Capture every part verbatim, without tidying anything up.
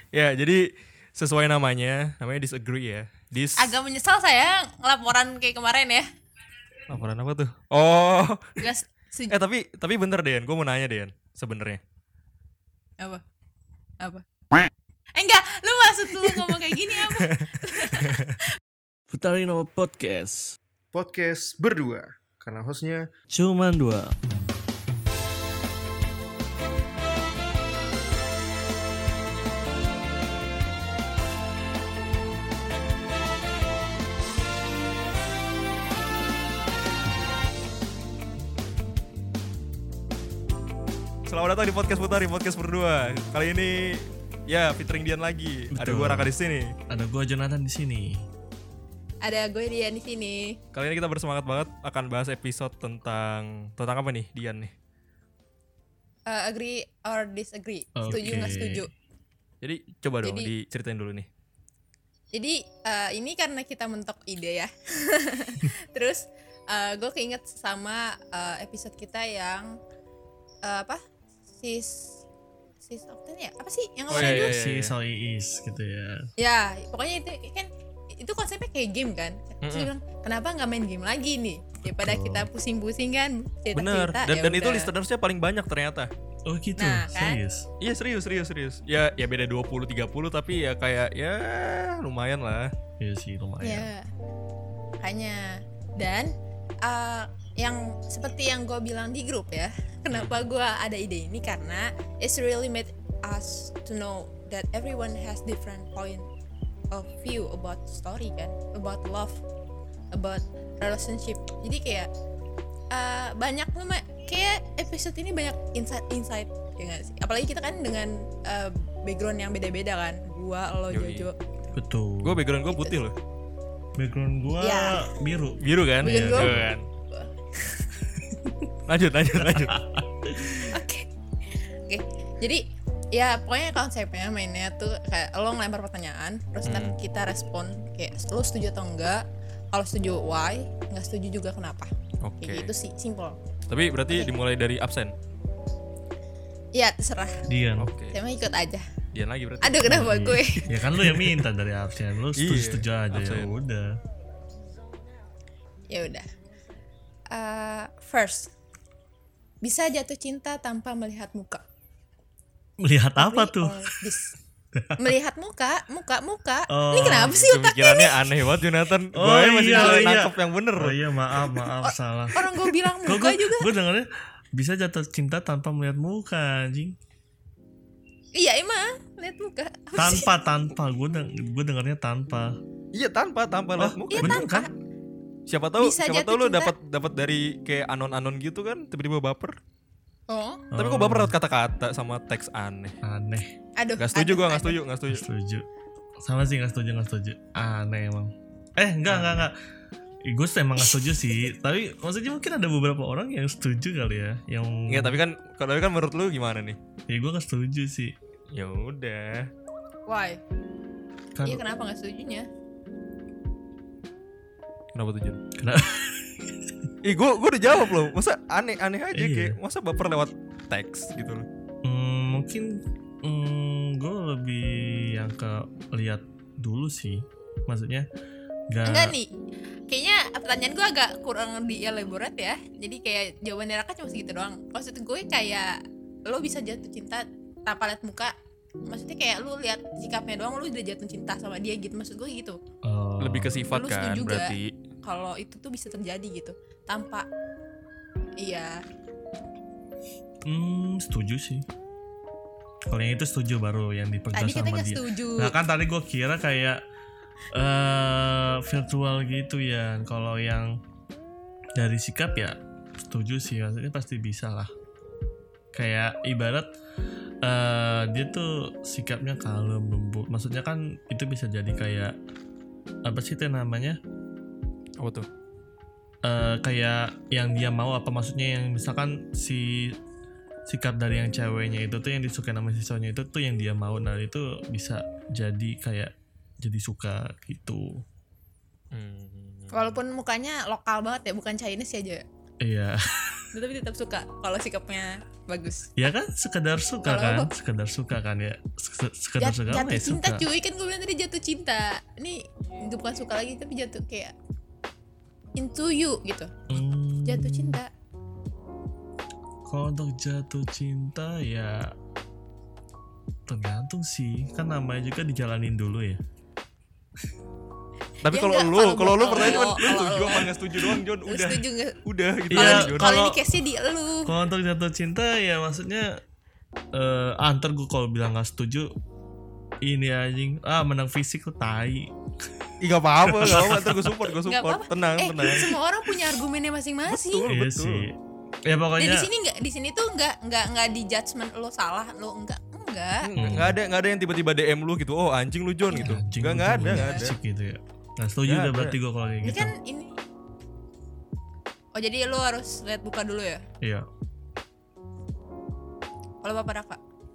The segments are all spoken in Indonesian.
Ya, jadi sesuai namanya, namanya disagree ya. Dis Agak menyesal saya ngelaporan kayak kemarin ya. Laporan apa tuh? Oh. Gak eh tapi tapi bener Dean, gue mau nanya Dean, sebenarnya. Apa? Apa? Eh enggak, lu maksud lu ngomong kayak gini apa? Putarino Podcast. Podcast berdua, karena hostnya Cuman dua. Selamat datang di podcast Putari, podcast berdua. Kali ini ya featuring Dian lagi. Betul. Ada gue Raka di sini. Ada gue Jonathan di sini. Ada gue Dian di sini. Kali ini kita bersemangat banget akan bahas episode tentang tentang apa nih, Dian nih? Uh, agree or disagree. Okay. Setuju nggak setuju? Jadi coba dong Jadi, diceritain dulu nih. Jadi uh, ini karena kita mentok ide ya. Terus uh, gue keinget sama uh, episode kita yang uh, apa? Sis Sis Oktan ya? Apa sih yang Oh, ngomongin iya, itu? iya, Si iya. So Is gitu ya. Ya, pokoknya itu kan itu konsepnya kayak game kan. Terus Mm-mm. gue bilang, kenapa nggak main game lagi nih? Daripada Betul. kita pusing-pusing kan Bener. cerita-cerita. Dan ya dan itu udah. listenersnya paling banyak ternyata. Oh gitu, Nah, kan? serius. Iya serius serius serius. Ya ya beda dua puluh tiga puluh tapi ya kayak ya lumayan lah. Iya sih lumayan. Ya, makanya. Dan uh, yang seperti yang gue bilang di grup ya, kenapa gue ada ide ini karena it's really made us to know that everyone has different point of view about story kan, about love, about relationship. Jadi kayak uh, banyak lumayan kayak episode ini banyak insight-insight ya nggak sih? Apalagi kita kan dengan uh, background yang beda-beda kan, gua, lo, Yoi. Jojo. Betul. Gue background gue putih loh. Background gue Ya. biru. Biru kan? Background Iya, gua- tuh kan. Lanjut lanjut lanjut. Oke, oke. Jadi ya pokoknya konsepnya mainnya tuh kayak lo ngelempar pertanyaan, terus ntar Hmm. kita respon kayak lo setuju atau enggak. Kalau setuju why, nggak setuju juga kenapa. Oke. Kayak gitu sih, simple. Tapi berarti Oke. dimulai dari absen. Ya terserah, Dian. Oke. saya mah ikut aja. Dian lagi berarti. Aduh kenapa Iya. gue? Ya kan lu yang minta dari absen. Lu Iya, setuju-setuju aja ya absen. udah. Ya udah. Uh, first, bisa jatuh cinta tanpa melihat muka. Melihat apa Agree tuh? or dis- melihat muka, muka, muka. Oh, Ini kenapa sih otaknya? Pemikirannya aneh banget Jonathan. Oh, Gue masih iya, bisa iya. nangkep yang bener. Oh iya maaf maaf salah. Orang gue bilang Kok muka gue juga. gue dengarnya bisa jatuh cinta tanpa melihat muka anjing. Iya emang, lihat muka. Apa sih? Tanpa tanpa gue deng gue dengarnya tanpa. Iya tanpa tanpa lihat muka. Iya, Bener tanpa. kan? Siapa tahu Bisa siapa jatuh tahu lu cinta. dapat dapat dari kayak anon-anon gitu kan, tiba-tiba baper. Oh, Tapi kok baper lewat kata-kata sama teks aneh. Aneh. aduh. Gak setuju aduh, gue, gak aduh. setuju, gak setuju. Gak setuju. Sama sih gak setuju gak setuju. Aneh emang. Eh enggak enggak enggak. Eh, gue emang gak setuju sih. Tapi maksudnya mungkin ada beberapa orang yang setuju kali ya. Yang Enggak, tapi kan kalau tapi kan menurut lu gimana nih? ya gue gak setuju sih. Ya udah. Why? Kan Iya kenapa nggak setujunya? Kenapa tuh Jon? Kenapa? Ih, gue gue udah jawab loh. Masa aneh-aneh aja Iya. kayak masa baper lewat teks gitu loh. Hmm, mungkin hmm, gue lebih yang ke lihat dulu sih. Maksudnya gak Enggak nih. Kayaknya pertanyaan gue agak kurang di elaborate ya. Jadi kayak jawabannya Raka cuma segitu doang. Maksud gue kayak lo bisa jatuh cinta tanpa lihat muka. Maksudnya kayak lu lihat sikapnya doang lu udah jatuh cinta sama dia gitu. Maksud gue gitu. Oh. Lebih ke sifat Lu kan setuju gak? berarti. Kalau itu tuh bisa terjadi gitu tanpa iya. Hmm, setuju sih. Kalau yang itu setuju baru yang dipegang Tadi kita sama nggak dia. setuju. Nah kan tadi gue kira kayak eh virtual gitu ya. Kalau yang dari sikap ya setuju sih. Maksudnya pasti bisa lah. Kayak ibarat eh dia tuh sikapnya kalem lembut. Maksudnya kan itu bisa jadi kayak apa sih itu namanya? Apa tuh? Eh kayak yang dia mau apa maksudnya yang misalkan si sikap dari yang ceweknya itu tuh yang disukai sama si cowoknya itu tuh yang dia mau, nah itu bisa jadi kayak jadi suka gitu. Hmm. Walaupun mukanya lokal banget ya, bukan Chinese aja. Iya. tapi tetap suka kalau sikapnya bagus. Ya kan sekedar suka Kalau kan, apa? sekedar suka kan ya, Se- sekedar Jat- suka apa jatuh ya cinta suka. cuy, kan gue bilang tadi jatuh cinta. Ini itu bukan suka lagi tapi jatuh kayak into you gitu. Hmm, Jatuh cinta. Kalau untuk jatuh cinta ya tergantung sih, kan namanya juga dijalanin dulu ya. Tapi Ya kalau enggak, lu, kalau kalau lu gua- pertanyaan cuma kalau- lu kalau setuju lu- apa nggak setuju doang, Jon. Lu Udah, setuju gak? udah gitu. Iya, Kalau aja, di- Jon. kalau kalau- ini case-nya di lu. Kalau untuk jatuh cinta ya maksudnya eh antar gue kalau bilang nggak setuju ini anjing ah menang fisik tuh tai. Ih nggak apa-apa, nggak apa-apa. Ntar gue support, gue Nggak support. apa-apa. Tenang, Eh, tenang. semua orang punya argumennya masing-masing. Betul, Iya betul. sih. Ya Dan pokoknya di sini nggak, di sini tuh nggak nggak nggak di judgement lo salah, lo enggak enggak. Nggak nggak ada, nggak ada yang tiba-tiba D M lu gitu. Oh anjing lu Jon gitu. anjing Nggak lu nggak tuh ada, nggak ada. fisik gitu ya. Nah setuju Nggak udah ada. berarti gue kalau kayak Ini gitu. kan ini. Oh jadi lo harus lihat buka dulu ya. Iya. Kalau Bapak Raka.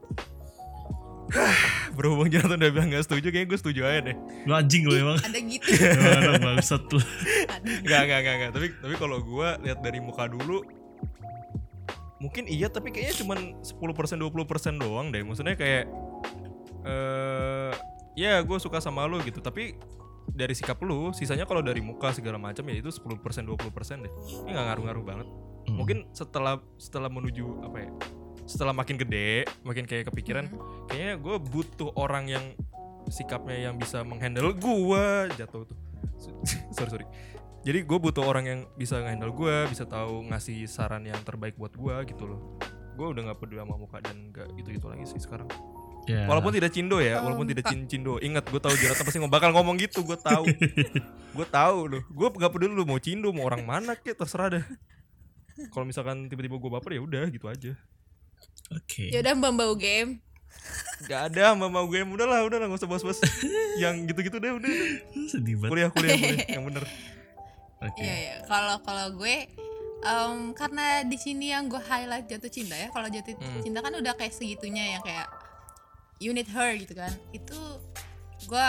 Berhubung Jonathan udah bilang nggak setuju, kayaknya gue setuju aja deh. Lu anjing lu emang. Ada gitu. Gimana bangsat lu. Ada. Nggak, nggak, nggak, nggak. Tapi, tapi kalau gue lihat dari muka dulu, mungkin iya, tapi kayaknya cuman sepuluh persen dua puluh persen doang deh. Maksudnya kayak, eh, ya gue suka sama lu gitu. Tapi dari sikap lu, sisanya kalau dari muka segala macam ya itu sepuluh persen dua puluh persen deh. Ini nggak ngaruh-ngaruh banget. Hmm. Mungkin setelah setelah menuju apa ya? Setelah makin gede, makin kayak kepikiran, Hmm. kayaknya gue butuh orang yang sikapnya yang bisa menghandle gue. Jatuh tuh. sorry sorry. Jadi gue butuh orang yang bisa ngehandle gue, bisa tahu ngasih saran yang terbaik buat gue gitu loh. Gue udah nggak peduli sama muka dan nggak itu-itu lagi sih sekarang. Ya. Walaupun tidak cindo ya, walaupun Um, tidak Kak. cin cindo. Ingat, gue tahu Jonathan pasti bakal ngomong gitu, gue tahu. Gue tahu loh. Gue nggak peduli lu mau cindo, mau orang mana kek, terserah deh. Kalau misalkan tiba-tiba gue baper ya udah gitu aja. Oke. Ya udah Mbak Bau game. Gak ada mbak mau gue, udahlah, udahlah nggak usah bahas-bahas yang gitu-gitu deh, udah. Sedih banget. Kuliah, kuliah, kuliah, yang bener. Oke. Iya ya. Kalau kalau gue em, karena di sini yang gue highlight jatuh cinta ya. Kalau jatuh Hmm. cinta kan udah kayak segitunya yang kayak you need her gitu kan. Itu gue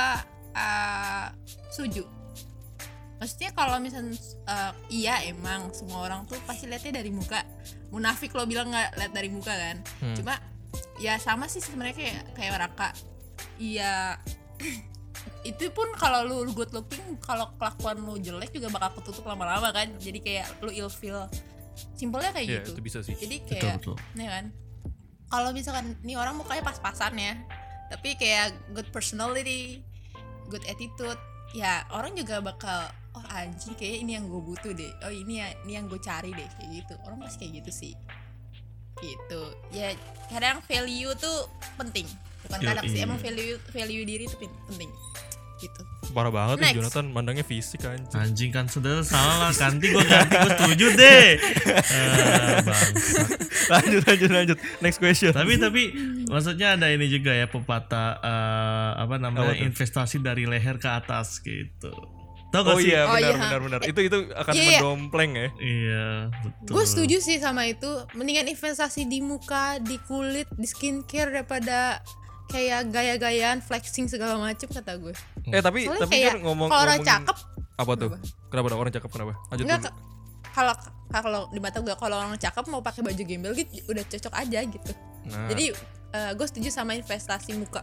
uh, setuju. Maksudnya kalau misalnya uh, iya emang semua orang tuh pasti lihatnya dari muka. Munafik lo bilang nggak lihat dari muka kan. Hmm. Cuma ya sama sih sebenarnya kayak kayak Raka. Iya. Itu pun kalau lu good looking, kalau kelakuan lu jelek juga bakal ketutup lama-lama kan. Jadi kayak lu ilfeel. Simpelnya kayak Iya, gitu. itu bisa sih. Jadi Betul kayak betul. ya kan. Kalau misalkan nih orang mukanya pas-pasan ya, tapi kayak good personality, good attitude, ya orang juga bakal oh anjing kayak ini yang gue butuh deh. Oh ini ya ini yang gue cari deh kayak gitu. Orang pasti kayak gitu sih. Gitu. Ya kadang value tuh penting. Bukan Yoi. kadang sih emang value value diri itu pen- penting. Gitu. Parah banget nih Next. Jonathan, mandangnya fisik anjing. Anjing kan saudara salah lah, ganti gue ganti gue setuju deh. Ah, bangsat. lanjut, lanjut, lanjut. Next question. Tapi tapi maksudnya ada ini juga ya pepatah eh, apa namanya Apa tuh? investasi dari leher ke atas gitu. Tahu gak Oh sih? iya, Oh benar, iya. benar, benar. Itu itu akan Iya, iya. mendompleng ya. Iya betul. Gue setuju sih sama itu. Mendingan investasi di muka, di kulit, di skincare daripada kayak gaya-gayaan flexing segala macem kata gue. Eh tapi Soalnya tapi kayak kan ngomong kalau orang ngomongin- cakep apa tuh? Kenapa? Kenapa dong orang cakep kenapa? Lanjut enggak dulu. ke- kalau kalau di mata gue kalau orang cakep mau pakai baju gembel gitu udah cocok aja gitu. Nah, Jadi eh, gue setuju sama investasi muka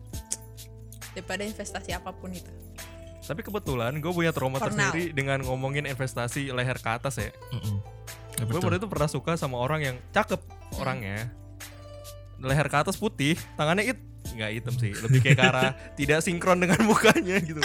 daripada investasi apapun itu. tapi kebetulan gue punya trauma For tersendiri dengan ngomongin investasi leher ke atas ya. Mm-mm. Ya, Gue betul. waktu itu pernah suka sama orang yang cakep orangnya. Leher ke atas putih, tangannya it nggak hitam sih, lebih kayak ke arah tidak sinkron dengan mukanya gitu.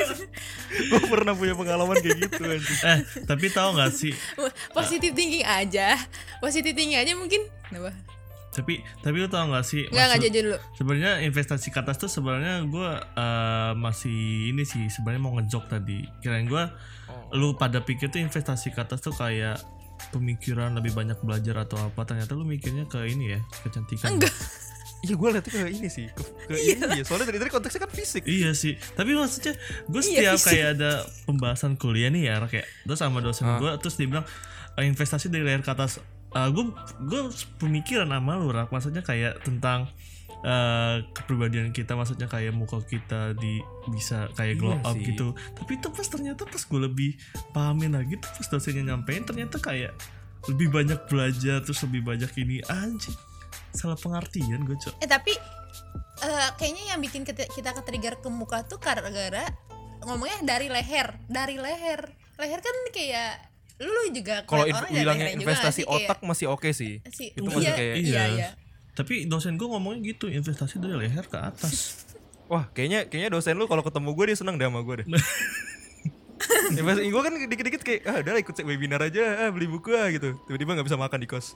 Gue pernah punya pengalaman kayak gitu anjing. Eh tapi tahu nggak sih? Positive thinking aja, positive thinking aja mungkin. Kenapa? Tapi tapi lu tahu nggak sih? Enggak enggak maksud- jujur dulu. Sebenarnya investasi ke atas tuh sebenarnya gue eh, masih ini sih sebenarnya mau ngejok tadi. Kirain gue Oh. lu pada pikir tuh investasi ke atas tuh kayak pemikiran lebih banyak belajar atau apa, ternyata lu mikirnya ke ini ya, kecantikan. Enggak. Iya gue liatnya ke ini sih, ke, ke ini ya. Soalnya dari tadi konteksnya kan fisik. Iya sih, tapi maksudnya gue Iya, setiap fisik. kayak ada pembahasan kuliah nih ya, kayak terus sama dosen Ah. gue, terus dia bilang "Eh, investasi dari leher ke atas. gue gue pemikiran sama lu, Rak. Maksudnya kayak tentang eh, kepribadian kita, maksudnya kayak muka kita di bisa kayak glow Iya up sih. gitu. Tapi itu pas ternyata pas gue lebih pahamin lagi tuh pas dosennya nyampein ternyata kayak lebih banyak belajar terus lebih banyak ini anjing. Salah pengertian gue, Cok. Eh tapi uh, kayaknya yang bikin kita, kita ke-trigger ke muka tuh gara-gara ngomongnya dari leher, dari leher. Leher kan kayak lu juga Kalau ngeliat inv- orang dari bilangnya lehernya juga investasi nggak sih? otak masih oke sih. Kayak, Itu si, masih iya, kayak iya, Iya. iya. Tapi dosen gue ngomongnya gitu, investasi dari leher ke atas. Wah, kayaknya kayaknya dosen lu kalau ketemu gue dia seneng deh sama gue deh. Investasi gue kan dikit-dikit kayak ah udah lah ikut webinar aja, ah beli buku ah gitu. Tiba-tiba nggak bisa makan di kos.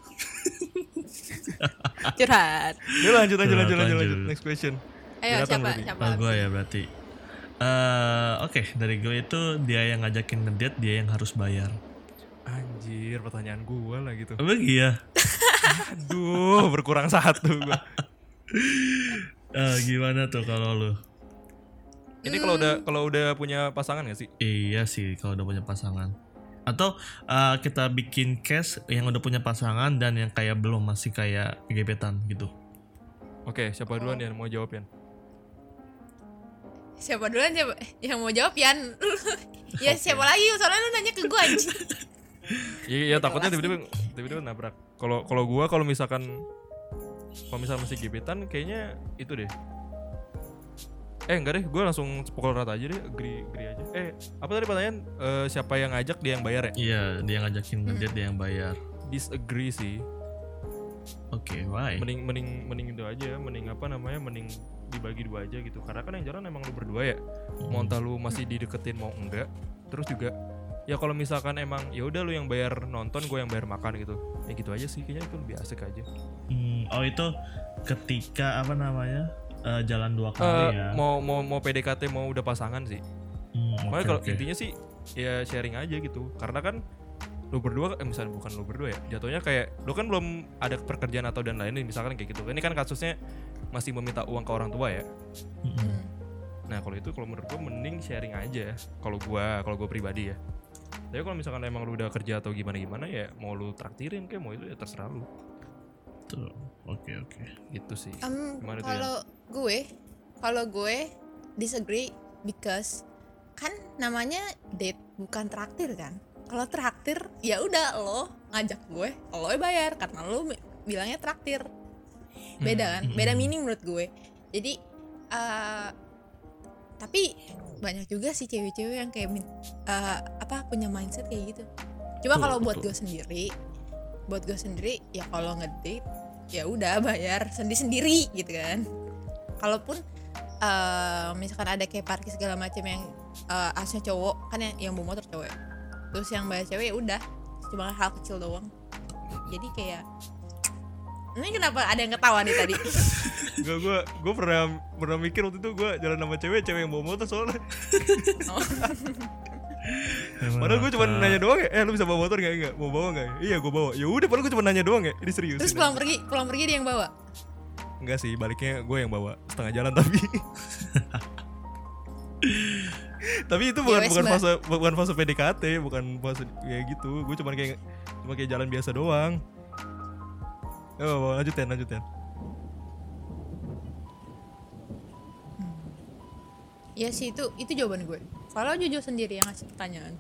Curhat. Udah lanjut lanjut Curhat, lanjut lanjut lanjut. lanjut next question. Ayo Jonathan siapa berarti. siapa? Oh gue ya berarti. Eh oke dari gue itu dia yang ngajakin ngedate, dia yang harus bayar. Anjir, pertanyaan gue lah gitu. Apa iya? Aduh, berkurang satu gue. Eh, gimana tuh kalau lu? Ini kalau udah kalau udah punya pasangan gak sih? Iya sih kalau udah punya pasangan. Atau eh, kita bikin case yang udah punya pasangan dan yang kayak belum, masih kayak gebetan gitu. Oke, siapa duluan yang mau jawab Yan? Siapa duluan siapa yang mau jawab Yan? Ya Oke. siapa lagi? Soalnya lu nanya ke gue anjing. Iya, iya takutnya tiba-tiba tiba-tiba nabrak. Kalau kalau gua kalau misalkan kalau misalkan masih gebetan kayaknya itu deh. Eh enggak deh, gua langsung pukul rata aja deh, agree agree aja. Eh, apa tadi pertanyaan? Eh, siapa yang ngajak dia yang bayar ya? Iya, dia ngajakin ngedate, dia yang bayar. Disagree sih. Oke, why? Mending mending mending itu aja, mending apa namanya? Mending dibagi dua aja gitu. Karena kan yang jalan emang lu berdua ya. Mau entah lu masih dideketin mau enggak. Terus juga ya kalau misalkan emang ya udah lu yang bayar nonton, gue yang bayar makan gitu. Ya gitu aja sih, kayaknya itu lebih asik aja. Hmm, oh itu ketika apa namanya eh, jalan dua kali Eh, ya. mau mau mau P D K T mau udah pasangan sih. Hmm, Makanya oke, kalau oke. intinya sih ya sharing aja gitu. Karena kan lu berdua, eh, misalnya bukan lu berdua ya, jatuhnya kayak lu kan belum ada pekerjaan atau dan lain-lain misalkan kayak gitu. Ini kan kasusnya masih meminta uang ke orang tua ya. Mm-mm. Nah kalau itu kalau menurut gua mending sharing aja. Kalau gua kalau gua pribadi ya. Tapi kalau misalkan emang lu udah kerja atau gimana-gimana ya mau lu traktirin kayak mau itu ya terserah lu. Tuh, oke oke. Gitu sih. Um, Gimana tuh, kalau gue, kalau gue disagree because kan namanya date bukan traktir kan. Kalau traktir ya udah lo ngajak gue, lo bayar karena lo bilangnya traktir. Beda kan? Beda meaning menurut gue. Jadi uh, tapi banyak juga sih cewek-cewek yang kayak min- uh, apa punya mindset kayak gitu. Cuma Betul, kalau buat betul. gue sendiri, buat gue sendiri ya kalau ngedate ya udah bayar sendiri-sendiri gitu kan. Kalaupun uh, misalkan ada kayak parkir segala macam yang uh, asnya cowok kan yang, yang bawa motor cowok, terus yang bayar cewek ya udah cuma hal kecil doang. Jadi kayak ini kenapa ada yang ketawa nih tadi? Gue gue gue pernah pernah mikir waktu itu gue jalan sama cewek cewek yang bawa motor soalnya. Oh. Padahal gue cuma nanya doang ya, eh lu bisa bawa motor gak? Enggak, mau bawa gak? Iya gue bawa. Ya udah, padahal gue cuma nanya doang ya. Ini serius. Terus pulang pergi, pulang pergi dia yang bawa. Enggak sih, baliknya gue yang bawa setengah jalan tapi. Tapi itu bukan Ya wes, bukan Mbak. fase bukan fase P D K T, bukan fase kayak gitu. Gue cuma kayak cuma kayak jalan biasa doang. Oh, lanjutin, lanjutin. Ya sih itu itu jawaban gue. Kalau Jojo sendiri yang ngasih pertanyaan.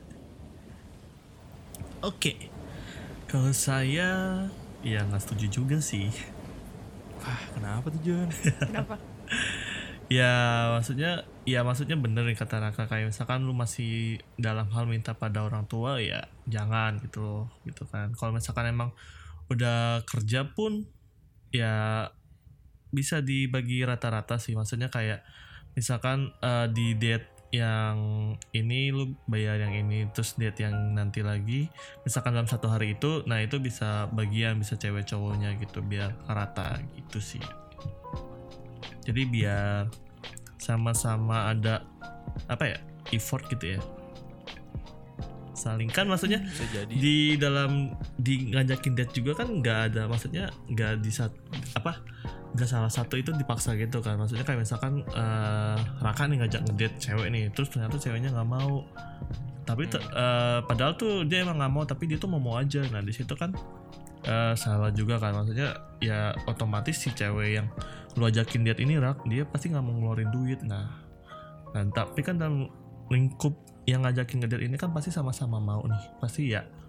Oke. Kalau saya ya nggak setuju juga sih. Ah, kenapa tuh Jon? Kenapa? Ya maksudnya ya maksudnya bener nih kata Raka, kayak misalkan lu masih dalam hal minta pada orang tua ya jangan gitu loh, gitu kan. Kalau misalkan emang udah kerja pun ya bisa dibagi rata-rata sih, maksudnya kayak misalkan eh, di date yang ini lu bayar yang ini, terus date yang nanti lagi misalkan dalam satu hari itu, nah itu bisa bagian, bisa cewek cowoknya gitu biar rata gitu sih. Jadi biar sama-sama ada apa ya, effort gitu ya, saling kan maksudnya Bisa jadi. di dalam di ngajakin date juga kan nggak ada, maksudnya nggak di sat, apa nggak salah satu itu dipaksa gitu kan, maksudnya kayak misalkan eh, Raka nih ngajak ngedate cewek nih, terus ternyata ceweknya nggak mau, tapi te- eh, padahal tuh dia emang nggak mau tapi dia tuh mau mau aja, nah di situ kan eh, salah juga kan, maksudnya ya otomatis si cewek yang lu ajakin date ini Rak, dia pasti nggak mau ngeluarin duit, nah nah tapi kan dalam lingkup yang ngajakin ngedate ini kan pasti sama-sama mau nih, pasti ya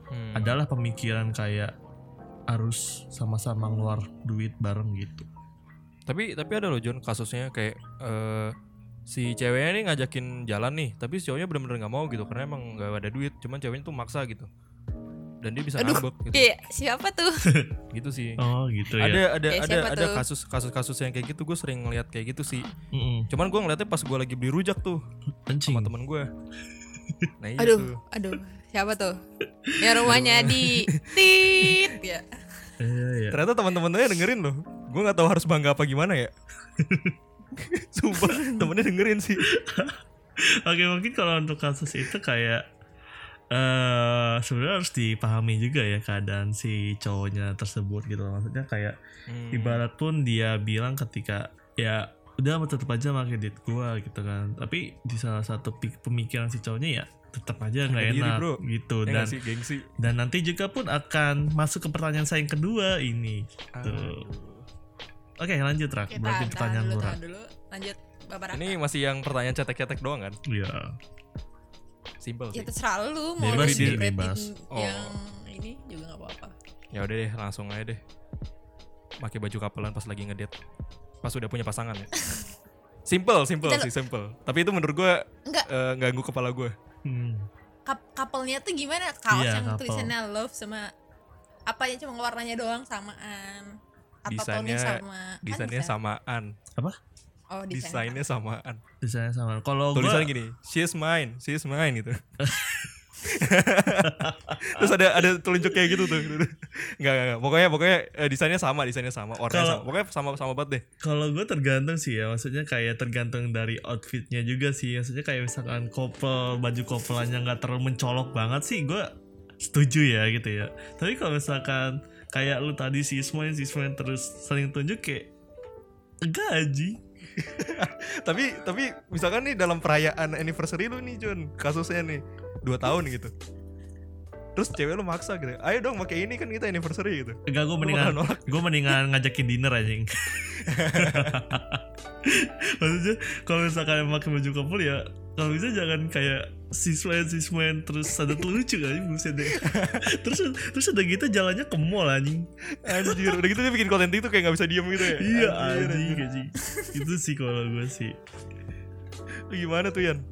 Hmm. adalah pemikiran kayak harus sama-sama ngeluar duit bareng gitu. Tapi tapi ada loh John kasusnya kayak eh, si ceweknya nih ngajakin jalan nih, tapi si cowoknya benar-benar nggak mau gitu karena emang nggak ada duit, cuman ceweknya tuh maksa gitu. Dan dia bisa Aduh, ngambek gitu. kayak siapa tuh? Gitu sih. Oh gitu ya. Ada ada Kayak ada siapa ada tuh? kasus kasus-kasus yang kayak gitu gue sering ngeliat kayak gitu sih. Mm-mm. Cuman gue ngeliatnya pas gue lagi beli rujak tuh Anjing. sama temen gue. Nah iya Aduh, tuh. aduh, siapa tuh? Yang rumahnya di tit ya. Iya iya. Ternyata teman-temannya dengerin loh. Gue nggak tahu harus bangga apa gimana ya. Sumpah temennya dengerin sih. Oke, mungkin kalau untuk kasus itu kayak eh sebenarnya harus dipahami juga ya keadaan si cowoknya tersebut gitu. Maksudnya kayak Hmm. ibarat pun dia bilang ketika ya udah mau tetap aja pakai duit gua gitu kan. Tapi di salah satu pi- pemikiran si cowoknya ya tetap aja nggak Harga diri, enak bro. gitu. Ya Dan nggak sih gengsi. dan nanti juga pun akan masuk ke pertanyaan saya yang kedua ini. Tuh. Oke, lanjut Rak. Oke, Berarti tahan, tahan pertanyaan dulu, lu Rak. tahan dulu. Lanjut, Bapak Raka. Ini masih yang pertanyaan cetek-cetek doang kan? Iya. Simple Ya sih. terserah lu mau Bebas lu sih, jebretin bebas. yang Oh. ini juga nggak apa-apa. Ya udah deh, langsung aja deh. Pakai baju kapelan pas lagi ngedate. Pas udah punya pasangan ya. Simple, simple Kita- sih, simple. Tapi itu menurut gue Enggak, eh, ganggu kepala gue. Hmm. kap- couple-nya tuh gimana? Kaos Iya, yang couple. tulisannya love sama apa ya, cuma warnanya doang samaan atau Desainnya- tone sama kan Desainnya bisa. samaan. Oh, desainnya. Desainnya samaan. Desainnya sama. Kalau gua Tulisannya gini, she's mine, she's mine gitu. Terus ada ada telunjuk kayak gitu tuh. Enggak, enggak, enggak. Pokoknya pokoknya eh, desainnya sama, desainnya sama, warnanya Kalau- sama. Pokoknya sama sama banget deh. Kalau gue tergantung sih ya, maksudnya kayak tergantung dari outfitnya juga sih. Maksudnya kayak misalkan couple, baju coupleannya nggak terlalu mencolok banget sih, gue setuju ya gitu ya. Tapi kalau misalkan kayak lu tadi si Ismail, si Ismail terus saling tunjuk kayak enggak aja. Tapi tapi misalkan nih dalam perayaan anniversary lu nih John, kasusnya nih dua tahun gitu. Terus cewek lu maksa gitu, ayo dong pakai ini kan kita anniversary gitu. Enggak, gue Lu mendingan bakal nolak. gue mendingan ngajakin dinner anjing. Maksudnya kalau misalkan yang pakai baju couple ya kalau bisa jangan kayak siswen siswen terus ada lucu anjing buset deh. terus terus ada gitu jalannya ke mall anjing. Anjir, udah gitu dia bikin konten itu kayak gak bisa diem gitu ya. Iya Anjir, anjing anjir. anjing. Itu sih kalau gue sih. Lu gimana tuh Yan?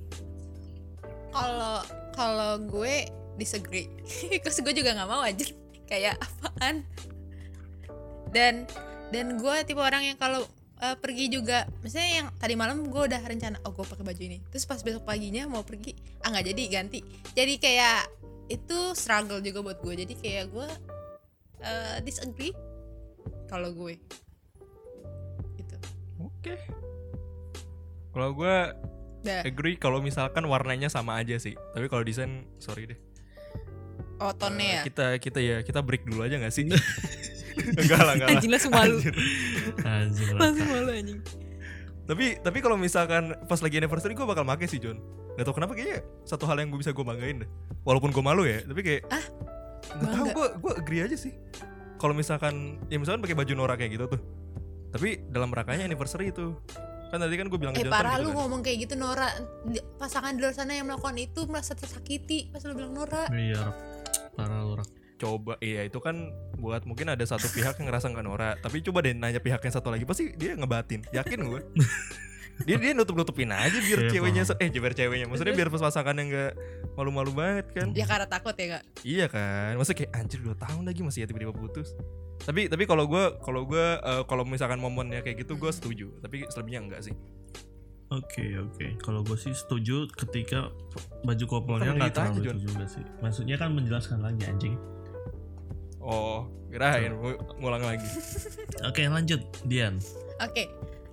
Kalau kalau gue disagree. Terus gue juga nggak mau aja kayak apaan. Dan dan gue tipe orang yang kalau uh, pergi juga, misalnya yang tadi malam gue udah rencana oh gue pakai baju ini, terus pas besok paginya mau pergi ah nggak jadi ganti, jadi kayak itu struggle juga buat gue, jadi kayak gue uh, disagree kalau gue gitu. Oke. Kalau gue Dah. agree kalau misalkan warnanya sama aja sih. Tapi kalau desain sorry deh. Oh tone Eh, ya. Kita kita ya kita break dulu aja gak sih? Enggak lah, enggak lah. Anjing langsung malu. Anjir. Anjing Langsung lah. malu anjing. Tapi tapi kalau misalkan pas lagi anniversary gue bakal make sih John. Gak tau kenapa kayaknya satu hal yang gue bisa gue banggain deh. Walaupun gue malu ya, tapi kayak Ah, nggak tahu bangga. gue gue agree aja sih. Kalau misalkan ya misalkan pakai baju Nora kayak gitu tuh. Tapi dalam rangkanya anniversary itu. Kan tadi kan gue bilang ke Eh Jonathan parah gitu lu kan. ngomong kayak gitu Nora. Di- Pasangan di luar sana yang melakukan itu merasa tersakiti pas lu bilang Nora. Iya, Rak. Parah lu, Rak. Coba iya itu kan buat mungkin ada satu pihak yang ngerasa nggak Nora. Tapi coba deh nanya pihak yang satu lagi pasti dia ngebatin. Yakin gue. dia dia nutup nutupin aja biar Iya, ceweknya paham. eh biar ceweknya maksudnya biar pas pasangannya nggak malu-malu banget kan. Ya karena takut ya kak. Iya kan, maksudnya kayak anjir dua tahun lagi masih ya tiba-tiba putus. Tapi tapi kalau gue kalau gue eh, kalau misalkan momennya kayak gitu gue setuju. Tapi selebihnya enggak sih. Oke oke, kalau gue sih setuju ketika baju couple-nya Bukan nggak ditanya, terlalu Jon. itu juga sih. Maksudnya kan menjelaskan lagi anjing. Oh, kirain mau ngulang lagi. Oke lanjut, Dian. Oke.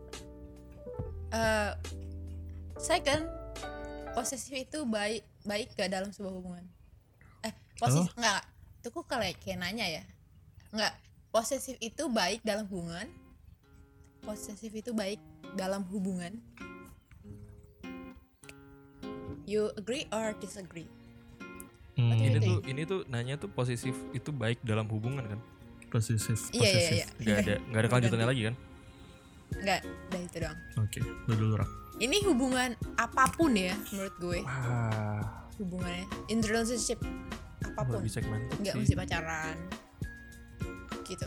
Eh, second, posesif itu baik baik gak dalam sebuah hubungan? Eh, posesif enggak, enggak. Itu kok kayak kayak nanya ya. Enggak, posesif itu baik dalam hubungan. Posesif itu baik dalam hubungan. You agree or disagree? Hmm, Ini Gitu tuh ya? ini tuh nanya tuh posesif itu baik dalam hubungan kan? posesif. Iya iya posesif. iya. Gak ada gak ada kelanjutannya lagi kan? Enggak, udah itu doang. Oke, lu dulu Rak. Ini hubungan apapun ya menurut gue. Wah. Hubungannya in relationship apapun, lebih segmented nggak sih. mesti pacaran gitu.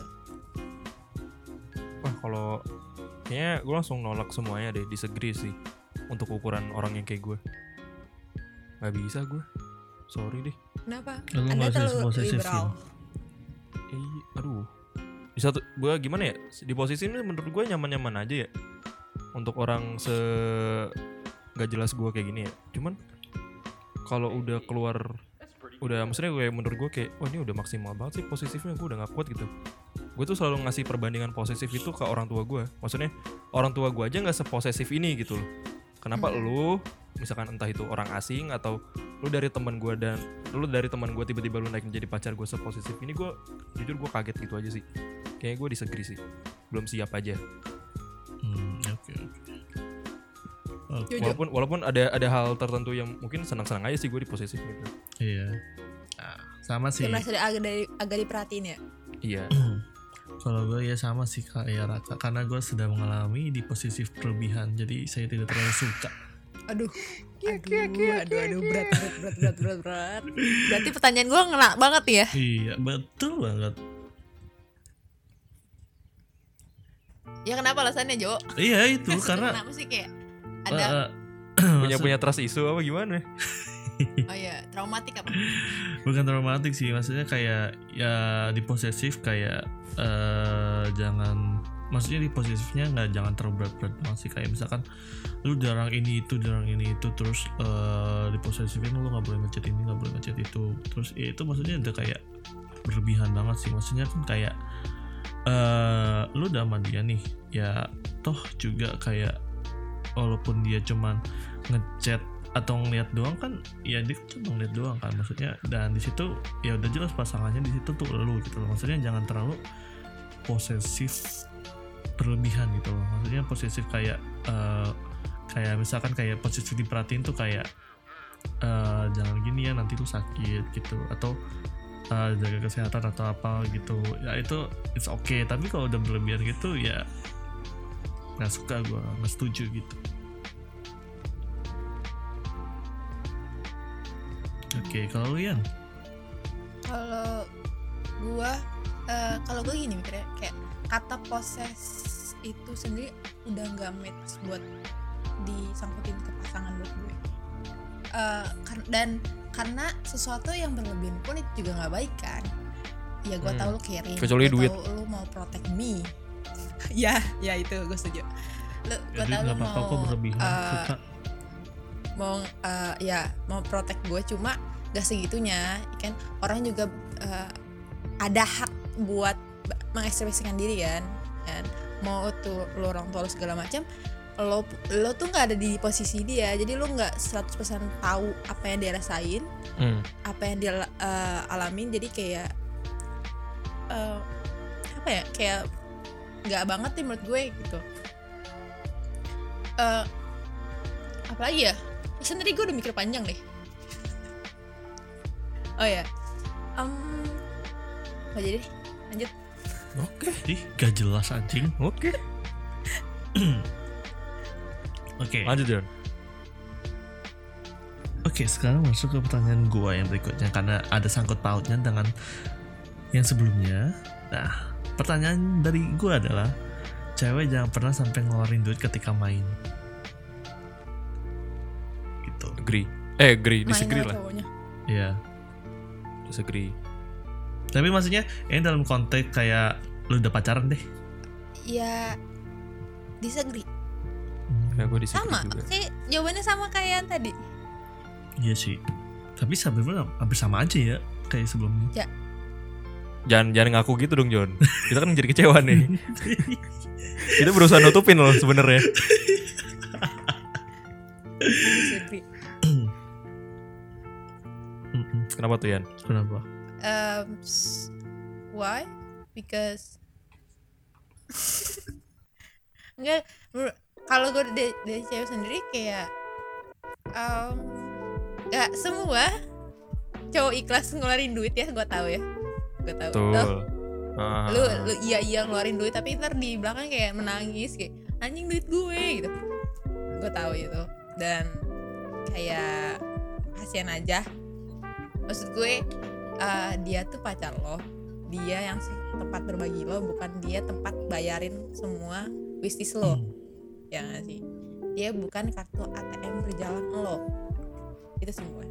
Wah kalau kayaknya gue langsung nolak semuanya deh, disagree sih untuk ukuran orang yang kayak gue. Gak bisa gue, sorry deh. Kenapa? Lu Anda nggak usah terlalu posesif, liberal. Eh, aduh. Di satu, gue gimana ya? Di posisi ini menurut gue nyaman-nyaman aja ya. Untuk orang se gak jelas gue kayak gini ya. Cuman kalau udah keluar, udah maksudnya gue menurut gue kayak, wah ini udah maksimal banget sih posesifnya, gue udah gak kuat gitu. Gue tuh selalu ngasih perbandingan posesif itu ke orang tua gue. Maksudnya orang tua gue aja gak seposesif ini gitu loh. Kenapa Hmm. lu, misalkan entah itu orang asing atau lu dari teman gue dan lu dari teman gue tiba-tiba lu naik menjadi pacar gue seposesif ini, gue jujur gue kaget gitu aja sih. Kayaknya gue disagree sih, belum siap aja. Hmm, oke oke. Oke. Jujur. Walaupun walaupun ada ada hal tertentu yang mungkin senang-senang aja sih gue di posesif gitu. Iya. Nah, sama sih. Kayak merasa ada- agak dari agak diperhatiin ya. Iya. Kalau gue ya sama sih kayak Raka, karena gue sudah mengalami di posisi berlebihan, jadi saya tidak terlalu suka. Aduh, aduh, aduh, aduh, berat, berat, berat, berat, berat, berat. Berarti pertanyaan gue ngena banget ya. Iya betul banget. Ya kenapa alasannya Jo? Iya itu karena kenapa sih kayak ada eh, punya punya trust issue apa gimana? oh ya traumatik apa? bukan traumatik sih, maksudnya kayak ya di posesif kayak eh jangan, maksudnya di posesifnya nggak jangan terlalu berat-berat banget sih, kayak misalkan lu jarang ini itu jarang ini itu terus eh di posesifin lu nggak boleh ngechat ini nggak boleh ngechat itu, terus ya itu maksudnya udah kayak berlebihan banget sih. Maksudnya kan kayak eh lu udah sama dia nih ya, toh juga kayak walaupun dia cuman ngechat atau ngeliat doang kan ya dia cuma ngeliat doang kan maksudnya, dan di situ ya udah jelas pasangannya di situ tuh lu gitu loh. Maksudnya jangan terlalu posesif berlebihan gitu loh. Maksudnya posesif kayak uh, kayak misalkan kayak posesif diperhatiin tuh kayak uh, jangan gini ya nanti lu sakit gitu, atau uh, jaga kesehatan atau apa gitu ya, itu it's okay. Tapi kalau udah berlebihan gitu ya nggak suka, gue nggak setuju gitu. Oke, kalau lu Yan? Kalau gua eh, kalau gua gini mikirnya kayak kata poses itu sendiri udah nggak match buat disangkutin ke pasangan buat gue. Eh, kar- dan karena sesuatu yang berlebihan pun itu juga nggak baik kan. Ya gua Hmm. tahu lu caring, Kecuali gua duit. tahu lu mau protect me. ya, ya itu gue setuju. Lu, gua Jadi tahu lu nggak apa-apa mau kok berlebihan, eh, suka. mau uh, ya mau protect gue, cuma gak segitunya kan. Orang juga uh, ada hak buat b- mengekspresikan diri kan, kan mau tuh lo orang tua lo segala macam, lo lo tuh nggak ada di posisi dia, jadi lo nggak seratus persen tahu apa yang dia rasain, Hmm. apa yang dia uh, alamin. Jadi kayak uh, apa ya, kayak nggak banget nih menurut gue gitu. Uh, apalagi ya, sendiri gue udah mikir panjang deh. Oh ya, um, gak jadi deh, lanjut. Oke. Ih, gak jelas anjing. Oke. Oke. Lanjut John. Oke, sekarang masuk ke pertanyaan gua yang berikutnya karena ada sangkut pautnya dengan yang sebelumnya. Nah, pertanyaan dari gua adalah cewek jangan pernah sampai ngeluarin duit ketika main. Gitu. Agree. Eh agree, Main disagree sama lah. cowoknya. Iya. Disagree. Tapi maksudnya ini dalam konteks kayak lu udah pacaran deh. Ya disagree. Kayak gue disagree Sama, juga. kayak jawabannya sama kayak yang tadi. Iya sih. Tapi sebenarnya hampir sama aja ya kayak sebelumnya. Jangan jangan ngaku gitu dong John. Kita kan jadi kecewa nih. Kita berusaha nutupin loh sebenarnya. Disagree. Mm-mm. Kenapa tuh Yan? Kenapa? Um, s- why? Because enggak, menurut- kalau gue dari, dari cewek sendiri kayak um, gak semua cowok ikhlas ngeluarin duit ya, gue tahu ya, gue tahu. Tuh. Loh, Ah. lu lu iya iya ngeluarin duit tapi ntar di belakang kayak menangis kayak anjing duit gue gitu. Gue tahu itu, dan kayak kasihan aja. Maksud gue uh, dia tuh pacar lo, dia yang tempat berbagi lo, bukan dia tempat bayarin semua wishlist lo. Hmm. Ya gak sih? Dia bukan kartu A T M berjalan lo. Itu semua.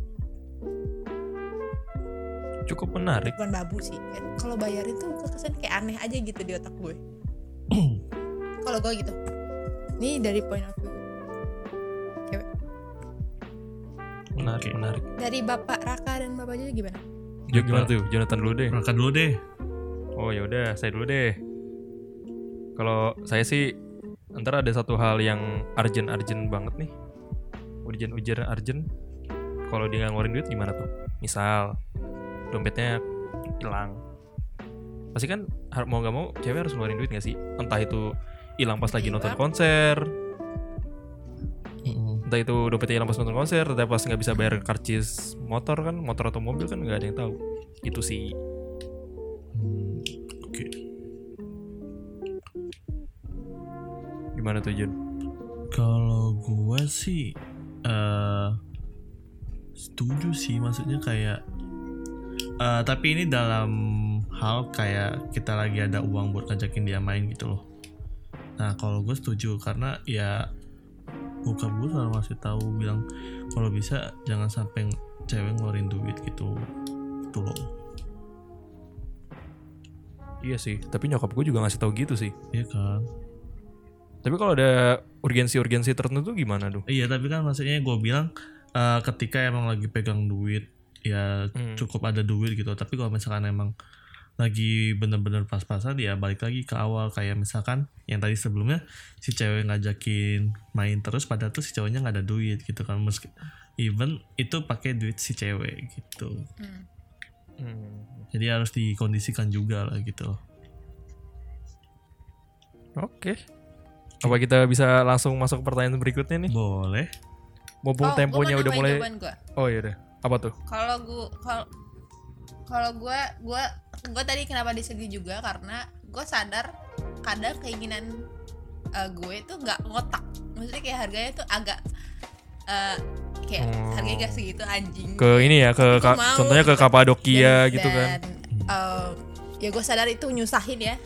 Cukup menarik. Bukan babu sih. Kalau bayarin tuh kesan kayak aneh aja gitu di otak gue. Kalau gue gitu. Ini dari point of view cewek. Menarik, Oke. menarik. Dari Bapak Raka dan Bapak Jojo gimana? Jo, gimana tuh? Jonathan dulu deh. Raka dulu deh. Oh ya udah, saya dulu deh. Kalau saya sih antara ada satu hal yang urgent-urgent banget nih. Urgent-urgent urgent. Kalau dia nggak ngeluarin duit gimana tuh? Misal dompetnya hilang. Pasti kan har- mau nggak mau cewek harus ngeluarin duit nggak sih? Entah itu hilang pas lagi nonton Hilang. konser, Mm-mm. entah itu dompetnya hilang pas nonton konser, entah pas nggak bisa bayar karcis motor kan, motor atau mobil kan nggak ada yang tahu. Itu sih. Hmm, Oke. Gimana tuh Jun? Kalau gua sih eh setuju sih, maksudnya kayak eh tapi ini dalam hal kayak kita lagi ada uang buat ngajakin dia main gitu loh. Nah kalau gue setuju karena ya bokap gue selalu ngasih tahu bilang kalau bisa jangan sampai cewek ngeluarin duit gitu tuh loh. Iya sih, tapi nyokap gue juga ngasih tahu gitu sih. Iya kan. Tapi kalau ada urgensi-urgensi tertentu gimana dong? Iya tapi kan maksudnya gue bilang eh, ketika emang lagi pegang duit ya Hmm. cukup ada duit gitu. Tapi kalau misalkan emang lagi bener-bener pas-pasan ya balik lagi ke awal kayak misalkan yang tadi sebelumnya si cewek ngajakin main terus padahal tuh si cowoknya nggak ada duit gitu kan, meski even itu pakai duit si cewek gitu. Hmm. Hmm. Jadi harus dikondisikan juga lah gitu. Oke. Apa kita bisa langsung masuk ke pertanyaan berikutnya nih? Boleh. Mumpung Oh, temponya gua mau udah nambahin mulai. jawaban gua. Oh iya deh. Apa tuh? Kalau gua kalau kalau gue gue gue tadi kenapa disegi juga karena gue sadar kadang keinginan uh, gue tuh nggak ngotak, maksudnya kayak harganya tuh agak uh, kayak Oh. harganya gak segitu anjing. Ke ini ya, ke Tapi gua ka- mau contohnya ke gitu. Kapadokia Dan- gitu kan. dan, uh, ya gue sadar itu nyusahin ya.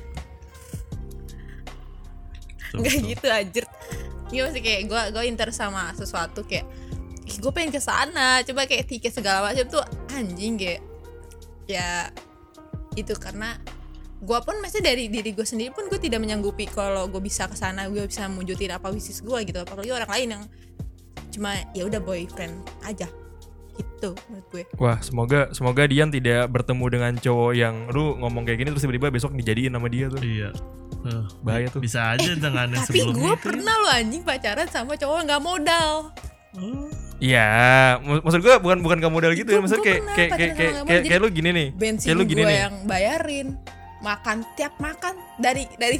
Betul, Nggak betul. gitu anjir. Iya masih kayak gue gue inter sama sesuatu kayak gue pengen ke sana, coba kayak tiket segala macam tuh anjing kayak ya itu karena gue pun masih dari diri gue sendiri pun gue tidak menyanggupi kalau gue bisa ke sana, gue bisa mewujudin apa wishes gue gitu, apalagi orang lain yang cuma ya udah boyfriend aja gitu menurut gue. Wah, semoga semoga Dian tidak bertemu dengan cowok yang lu ngomong kayak gini terus tiba-tiba besok dijadiin sama dia tuh. Iya. Eh, Bahaya tuh. Bisa aja dengan yang Tapi sebelumnya gue itu ya. pernah lo anjing pacaran sama cowok nggak modal. Oh. Iya, mak- maksud gue bukan bukan kamu modal gitu ya, Gua- maksudnya gua kayak pernah kayak pacaran kayak sama kayak nggak kayak, modal. kayak lu gini nih. Bensin Kayak lu gini gue nih. yang bayarin, makan tiap makan dari dari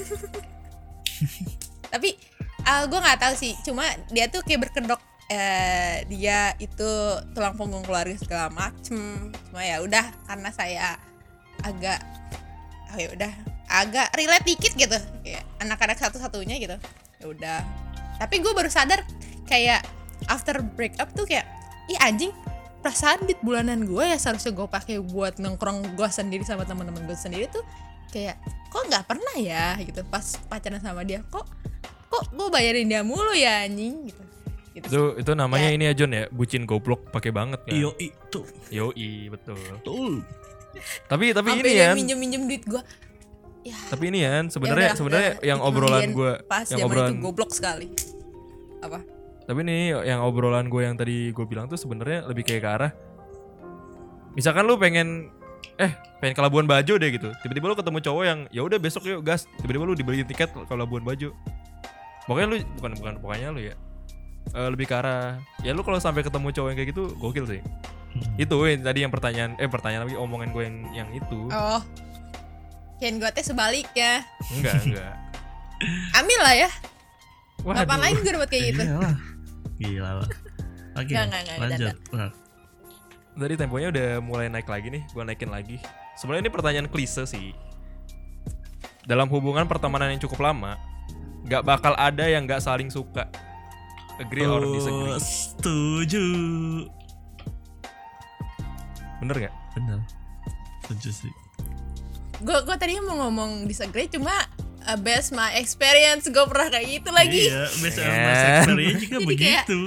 tapi uh, gue nggak tahu sih, cuma dia tuh kayak berkedok eh, dia itu tulang punggung keluarga segala macem, cuma ya udah karena saya agak oh ya udah agak relate dikit gitu kayak anak-anak satu-satunya gitu ya udah. Tapi gue baru sadar kayak after break up tuh kayak ih anjing, perasaan duit bulanan gue ya seharusnya gue pakai buat nongkrong gue sendiri sama teman-teman gue sendiri tuh kayak kok nggak pernah ya gitu pas pacaran sama dia, kok kok gue bayarin dia mulu ya anjing gitu. Gitu. Itu itu namanya Ya. ini ya John ya, bucin goblok pakai banget kan. Iyo itu. Yoi, betul. Betul. Tapi tapi Sampai ini dia kan. minjem-minjem duit gue. Ya, Tapi ini kan sebenarnya ya udah, sebenarnya udah. yang Itu obrolan dia gue pas yang zaman obrolan itu goblok sekali. Apa? Tapi nih yang obrolan gue yang tadi gue bilang tuh sebenarnya lebih kayak ke arah misalkan lu pengen eh pengen ke Labuan Bajo deh gitu. Tiba-tiba lu ketemu cowok yang ya udah besok yuk gas. Tiba-tiba lu dibeliin tiket ke Labuan Bajo. Pokoknya lu bukan bukan pokoknya lu ya. Eh, lebih ke arah ya lu kalau sampai ketemu cowok yang kayak gitu gokil sih. Itu yang tadi yang pertanyaan eh pertanyaan lagi omongan gue yang yang itu. Oh. Kian gue teh sebaliknya. Enggak, enggak. Ambil lah ya. Waduh. Apa lain gue dapat kayak gitu. Iyalah. Gila lah. Oke, Nggak, nggak, nggak, lanjut. dadah. Nah, Tadi temponya udah mulai naik lagi nih, gue naikin lagi. Sebenarnya ini pertanyaan klise sih. Dalam hubungan pertemanan yang cukup lama, nggak bakal ada yang nggak saling suka. Agree or oh, disagree? setuju. Bener nggak? benar. Setuju sih. Gue gue tadi mau ngomong disagree cuma uh, based my experience gue pernah kayak gitu lagi. Iya, best Kan. mas experience juga Jadi kayak- begitu.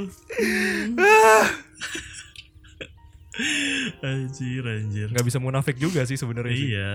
Anjir, anjir. Nggak bisa munafik juga sih sebenarnya. sih. Iya.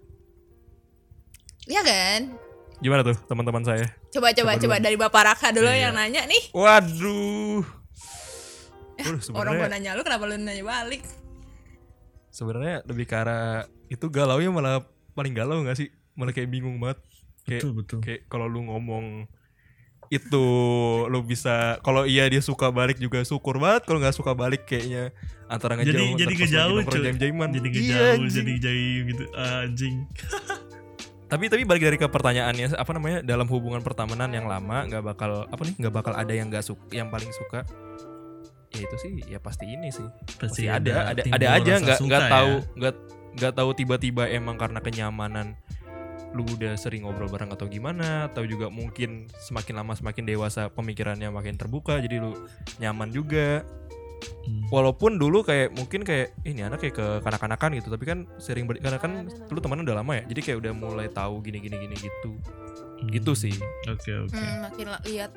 Iya kan? Gimana tuh teman-teman saya? Coba coba Coba coba dulu. dari Bapak Raka dulu Iya. yang nanya nih. Waduh. Waduh, Orang gue sebenarnya nanya lu kenapa lu nanya balik? sebenarnya lebih ke arah itu galaunya malah paling galau nggak sih? Malah kayak bingung banget. Kayak Betul, betul. kayak kalau lu ngomong itu lu bisa kalau iya dia suka balik juga syukur banget, kalau nggak suka balik kayaknya antara ngejauh Jadi ntar jadi pas lagi ngejauh nongkrong cuy. jaim-jaiman. Jadi Iya, ngejauh, anjing. jadi jauh gitu anjing. Tapi tapi balik dari ke pertanyaannya apa namanya dalam hubungan pertemanan yang lama nggak bakal apa nih nggak bakal ada yang nggak suka yang paling suka ya itu sih ya pasti ini sih pasti Pasti ada ada timbul ada aja rasa nggak suka nggak ya. tahu nggak nggak tahu tiba-tiba emang karena kenyamanan lu udah sering ngobrol bareng atau gimana atau juga mungkin semakin lama semakin dewasa pemikirannya makin terbuka jadi lu nyaman juga. Hmm. Walaupun dulu kayak mungkin kayak ini anak kayak ke kanak-kanakan gitu tapi kan sering ber- karena kan dulu teman udah lama ya jadi kayak udah mulai tahu gini gini gini gitu gitu sih. Oke, oke. Hmm, makin la- lihat.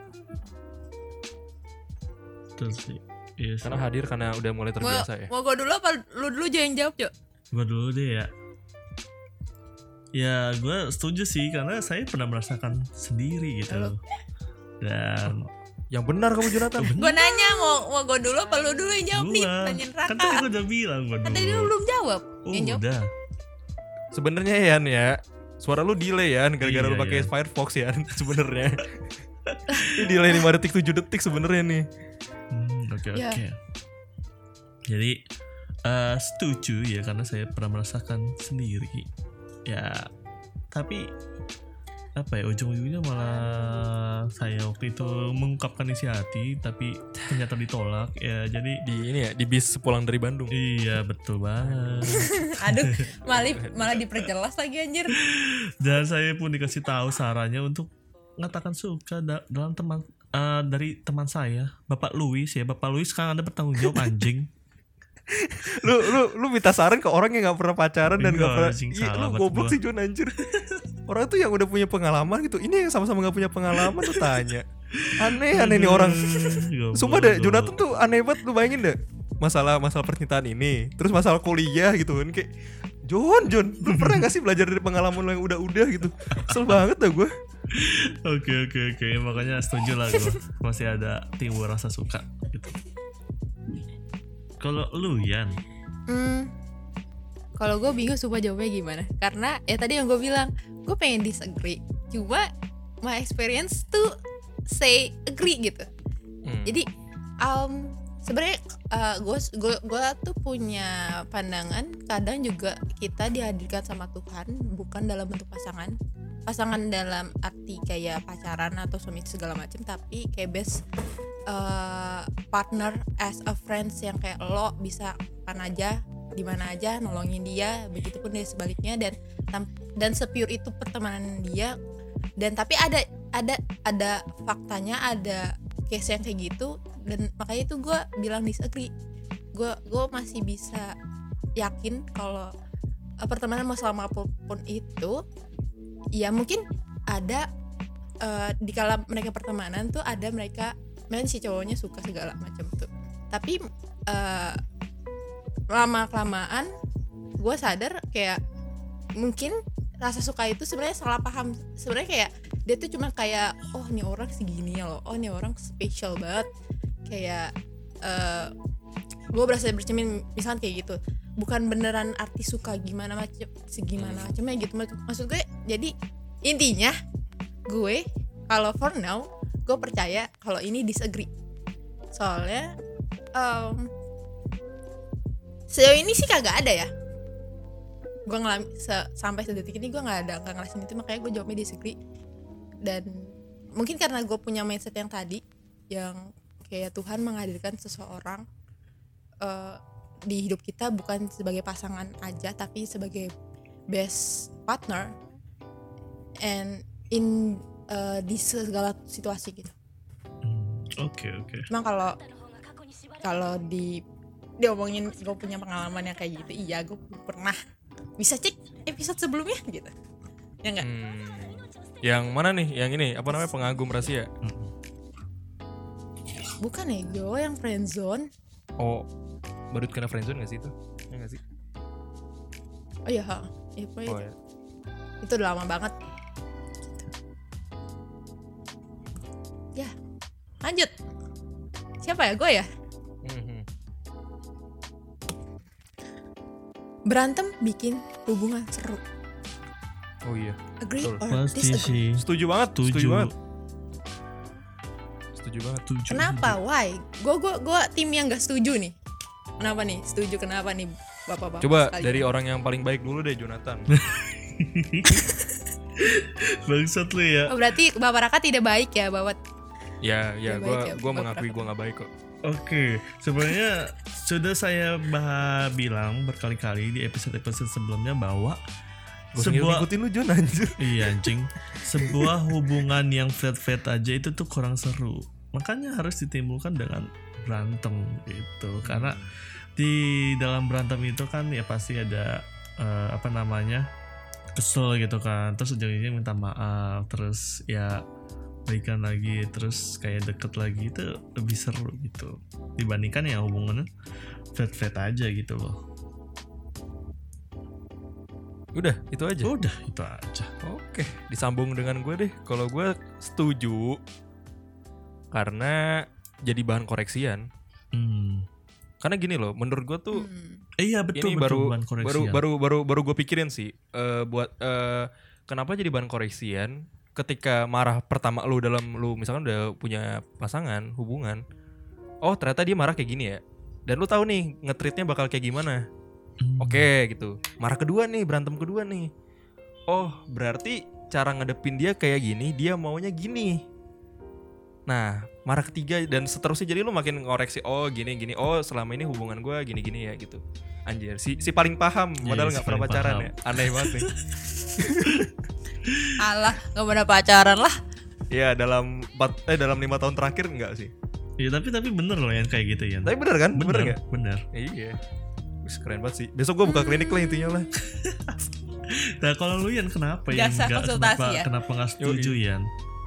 Betul sih. Iya sih. Karena hadir karena udah mulai Mau terbiasa ya. mau gue dulu apa lu dulu aja yang jawab, Cok? Gue dulu deh ya. Ya gue setuju sih karena saya pernah merasakan sendiri gitu. Halo. Dan Yang benar kamu Jonathan. Gue nanya mau mau gue dulu apa lu dulu yang jawab nih? gua Tanyain kan Raka. tadi gue udah bilang gue Kan dulu. tadi lu belum jawab. Oh, Yang jawab. udah. Sebenarnya Yan ya, suara lu delay ya gara-gara Iya, lu pakai iya. Firefox ya sebenarnya. Ini delay lima detik tujuh detik sebenarnya nih. Hmm, oke Ya. oke. Jadi eh, setuju ya karena saya pernah merasakan sendiri. Ya, tapi apa ya ujung-ujungnya malah saya waktu itu mengungkapkan isi hati tapi ternyata ditolak ya jadi Di ini ya, di bis pulang dari Bandung. iya betul banget. Aduh, malah malah diperjelas lagi anjir. Dan saya pun dikasih tahu sarannya untuk mengatakan suka da- dalam teman eh, dari teman saya Bapak Louis ya Bapak Louis sekarang Anda bertanggung jawab anjing. Lu lu lu minta saran ke orang yang gak pernah pacaran dan Iya, gak pernah. anjing, Iya, salah lu banget goblok gua. sih Jon anjir. Orang tuh yang udah punya pengalaman gitu. Ini yang sama-sama gak punya pengalaman tuh tanya. Aneh aneh nih orang. Goblok, Sumpah deh, goblok. Jonathan tuh aneh banget, lu bayangin deh. Masalah masalah percintaan ini, terus masalah kuliah gitu kan kayak Jon, Jon, lu pernah gak sih belajar dari pengalaman lu yang udah-udah gitu? Kesel banget dah gue. Oke oke oke makanya setuju lah gue masih ada timbul rasa suka gitu. Kalau lu Yan, Hmm. Kalau gue bingung supaya jawabnya gimana. Karena ya tadi yang gue bilang, gue pengen disagree. Cuma my experience tuh say agree gitu. Hmm. Jadi um, sebenarnya gue gue gue tuh punya pandangan kadang juga kita dihadirkan sama Tuhan bukan dalam bentuk pasangan pasangan dalam arti kayak pacaran atau suami segala macam tapi kayak best uh, partner as a friends yang kayak lo bisa kapan aja di mana aja nolongin dia begitupun dia sebaliknya dan tam- dan sepure itu pertemanan dia dan tapi ada ada ada faktanya ada case yang kayak gitu dan makanya itu gue bilang disagree gue gue masih bisa yakin kalau uh, pertemanan mau selama apapun itu ya mungkin ada uh, di kala mereka pertemanan tuh ada mereka main si cowoknya suka segala macam tuh tapi uh, lama kelamaan gue sadar kayak mungkin rasa suka itu sebenarnya salah paham sebenarnya kayak dia tuh cuma kayak oh nih orang segini ya loh oh nih orang spesial banget kayak uh, gue berasa bercermin misalnya kayak gitu bukan beneran arti suka gimana macam segimana macamnya gitu maksud gue jadi intinya gue kalau for now gue percaya kalau ini disagree soalnya um, sejauh ini sih kagak ada ya gue ngalami se- sampai sedetik ini gue nggak ada nggak ngerasain itu makanya gue jawabnya disagree dan mungkin karena gue punya mindset yang tadi yang kayak Tuhan menghadirkan seseorang uh, di hidup kita bukan sebagai pasangan aja tapi sebagai best partner and in uh, di segala situasi gitu. oke oke. Cuma kalau kalau di diomongin gue punya pengalaman yang kayak gitu. Iya, gue pernah. Bisa cek episode sebelumnya gitu. Ya enggak? Hmm. Yang mana nih? Yang ini apa namanya, pengagum rahasia? Bukan ya, gue yang friendzone. Oh, badut kena friendzone gak sih itu? Ya gak sih? Oh iya, ha. Ya, pokoknya Oh itu. ya. Itu udah lama banget. Ya, lanjut. Siapa ya? Gue ya? Mhm. Berantem bikin hubungan seru. Oh iya. Agree Betul. or Pasti disagree? sih. Setuju banget, setuju, Setuju. banget. Setuju banget. Setuju. Kenapa? Why? Gue gue gue tim yang gak setuju nih. Kenapa nih? Setuju kenapa nih, bapak-bapak? Coba sekalian? dari orang yang paling baik dulu deh, Jonathan. Bangsat lu ya. Oh, berarti Bapak Raka tidak baik ya, Bapak? ya, Ya, ya, gue baik ya, gue Bapak mengakui Raka. gue nggak baik kok. Oke, sebenarnya sudah saya bah bilang berkali-kali di episode-episode sebelumnya bahwa Gue sebuah ngikutin lu Jon anjir. iya anjing, sebuah hubungan yang flat-flat aja itu tuh kurang seru. Makanya harus ditimbulkan dengan berantem gitu. Karena di dalam berantem itu kan ya pasti ada eh, apa namanya? Kesel gitu kan. Terus ujung-ujungnya minta maaf, terus ya baikan lagi, terus kayak deket lagi, itu lebih seru gitu dibandingkan yang hubungannya flat-flat aja gitu loh. Udah, itu aja. Udah itu aja. Oke, disambung dengan gue deh. Kalau gue setuju karena jadi bahan koreksian. Hmm. Karena gini loh, menurut gue tuh Hmm. Eh, iya betul ini betul baru bahan koreksi baru ya. baru baru baru gue pikirin sih eh, buat eh, kenapa jadi bahan koreksian ketika marah pertama lu dalam lu misalkan udah punya pasangan hubungan, oh ternyata dia marah kayak gini ya, dan lu tahu nih nge-treatnya bakal kayak gimana. Hmm. Oke gitu, marah kedua nih, berantem kedua nih, oh berarti cara ngadepin dia kayak gini, dia maunya gini. Nah marah ketiga dan seterusnya, jadi lu makin ngoreksi, oh gini gini, oh selama ini hubungan gue gini gini ya gitu. Anjir, si si paling paham, Iya, padahal si nggak pernah paling pacaran paham. ya, aneh banget nih. Alah, gak pernah pacaran lah. Ya dalam empat eh dalam lima tahun terakhir enggak sih? Iya tapi tapi bener loh yang kayak gitu ya. Tapi bener kan? Bener bener nggak? bener. Iya. Wih, keren banget sih. Besok gue buka klinik lah intinya lah. Nah kalau lu Yan kenapa ya Jasa konsultasi kenapa ya? kenapa nggak setuju Yan?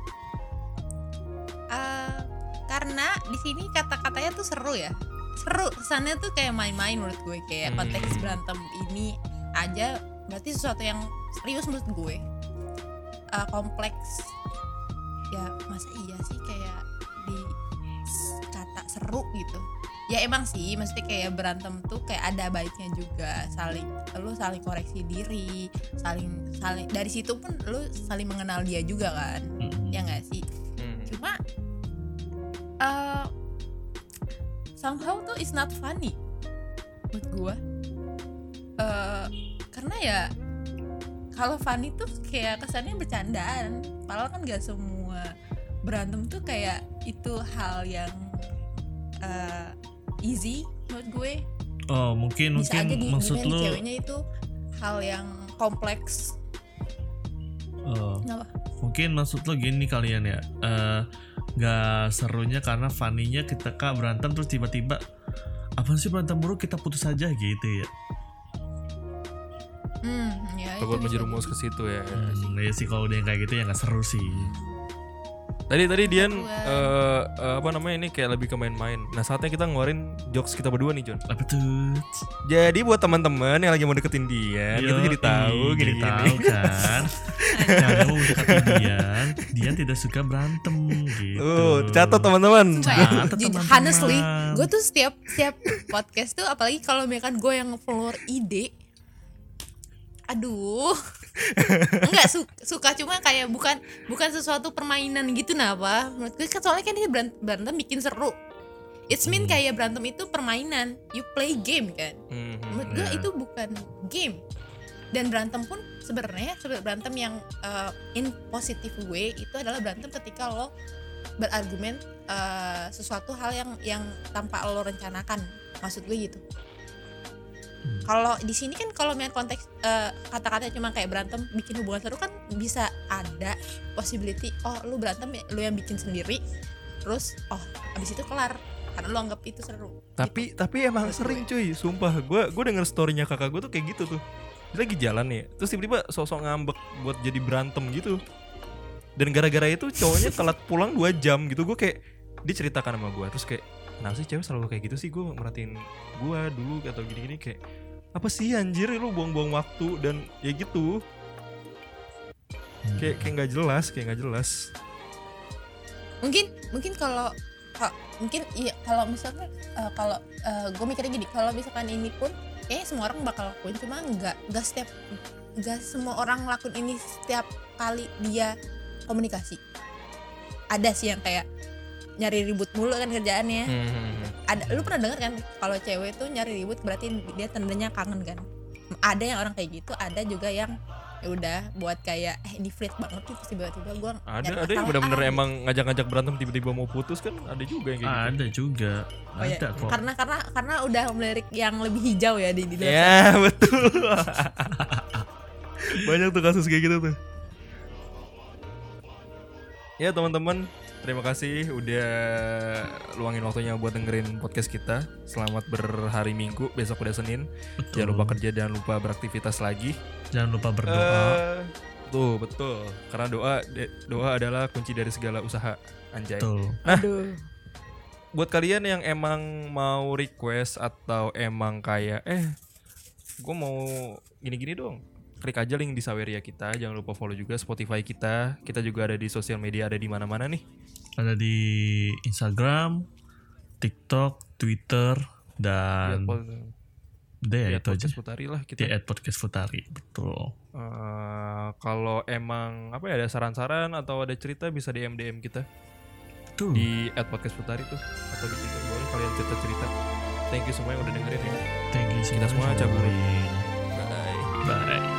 Eh, karena di sini kata-katanya tuh seru ya. Seru, kesannya tuh kayak main-main menurut gue. Kayak Hmm. konteks berantem ini aja berarti sesuatu yang serius menurut gue. Eh, kompleks. Ya masa iya sih kayak di s- kata seru gitu. Ya emang sih, maksudnya kayak berantem tuh kayak ada baiknya juga, saling lu saling koreksi diri, saling saling dari situ pun lu saling mengenal dia juga kan, Mm-mm. ya nggak sih? Hmm. Cuma uh, somehow tuh it's not funny buat gua, uh, karena ya kalau funny tuh kayak kesannya bercandaan, padahal kan gak semua berantem tuh kayak itu hal yang uh, easy menurut gue. Oh mungkin Bisa aja mungkin di maksud gimana lu ceweknya itu hal yang kompleks. oh, Kenapa? mungkin maksud lu gini kalian ya, eh, nggak serunya karena funny-nya kita kak berantem terus tiba-tiba apa sih berantem buruk kita putus aja gitu ya. Hmm, ya itu Takut bisa menjerumus jadi. ke situ ya. Hmm, ya sih kalau udah yang kayak gitu ya nggak seru sih. Tadi tadi Dian Gua- eh, eh, apa namanya ini kayak lebih ke main-main. Nah saatnya kita ngeluarin jokes kita berdua nih Jon. Apa tuh? Jadi buat teman-teman yang lagi mau deketin Dian, kita jadi tahu Yoi, gini-gini. jadi tahu kan. Karena mau deketin Dian, Dian tidak suka berantem gitu. Tuh, catat teman-teman. Sumpah ya, Catat, jujur, teman-teman. honestly, gue tuh setiap setiap podcast tuh, apalagi kalau misalkan gue yang nge-follow ide, aduh, enggak su- suka cuma kayak bukan bukan sesuatu permainan gitu nah apa, menurut gue kan soalnya kan dia beran- berantem bikin seru. It's mean Hmm. kayak berantem itu permainan, you play game kan. Mhm. Menurut gue Ya. itu bukan game. Dan berantem pun sebenarnya sebenarnya berantem yang uh, in positive way itu adalah berantem ketika lo berargumen uh, sesuatu hal yang yang tanpa lo rencanakan. Maksud gue gitu. Hmm. Kalau di sini kan kalau main konteks uh, kata-kata cuma kayak berantem bikin hubungan seru kan bisa ada possibility oh lu berantem lu yang bikin sendiri terus oh abis itu kelar karena lu anggap itu seru. Tapi tapi emang Menurut sering cuy, sumpah. Gue gue denger storynya kakak gue tuh kayak gitu tuh. Dia lagi jalan nih, terus tiba-tiba sosok ngambek buat jadi berantem gitu. Dan gara-gara itu cowoknya telat pulang dua jam gitu. Gue kayak dia ceritakan sama gue, terus kayak kenapa sih cewek selalu kayak gitu sih? Gue merhatiin gue dulu atau gini-gini kayak apa sih anjir lu buang-buang waktu dan ya gitu. Kayak kayak nggak jelas, kayak nggak jelas. Mungkin mungkin kalau ka- mungkin iya kalau misalkan uh, kalau uh, gue mikirnya gini, kalau misalkan ini pun kayaknya semua orang bakal lakuin, cuma nggak nggak setiap nggak semua orang lakuin ini setiap kali dia komunikasi. Ada sih yang kayak nyari ribut mulu kan kerjaannya. Hmm. Ada, lu pernah dengar kan kalau cewek tuh nyari ribut berarti dia tandanya kangen kan. Ada yang orang kayak gitu, ada juga yang ya udah buat kayak eh ini flirt banget tuh tiba-tiba gue Ada ada yang benar-benar emang ngajak-ngajak berantem tiba-tiba mau putus kan, ada juga yang kayak gitu. Ada juga. Oh, ya. Ada kok. Karena karena karena udah melirik yang lebih hijau ya di di dalam. Ya betul. Banyak tuh kasus kayak gitu tuh. Ya teman-teman, terima kasih udah luangin waktunya buat dengerin podcast kita. Selamat berhari Minggu, besok udah Senin. Betul. Jangan lupa kerja, jangan lupa beraktivitas lagi. Jangan lupa berdoa. Eh, tuh betul, karena doa de- doa adalah kunci dari segala usaha. Anjay. Betul. Aduh. Buat kalian yang emang mau request atau emang kayak eh gue mau gini-gini dong, klik aja link di Saweria kita. Jangan lupa follow juga Spotify kita. Kita juga ada di sosial media, ada di mana-mana nih. Ada di Instagram, TikTok, Twitter, dan udah ya Lihat itu aja. podcast Futari lah Di kita. at podcast Futari, betul. Eh, kalau emang apa ya ada saran-saran atau ada cerita bisa D M D M kita Betul. di at podcast Futari tuh, atau di Twitter boleh kalian cerita-cerita. Thank you semua yang udah dengerin ya. Thank you Kita semua cabut. dengerin. Bye. Bye.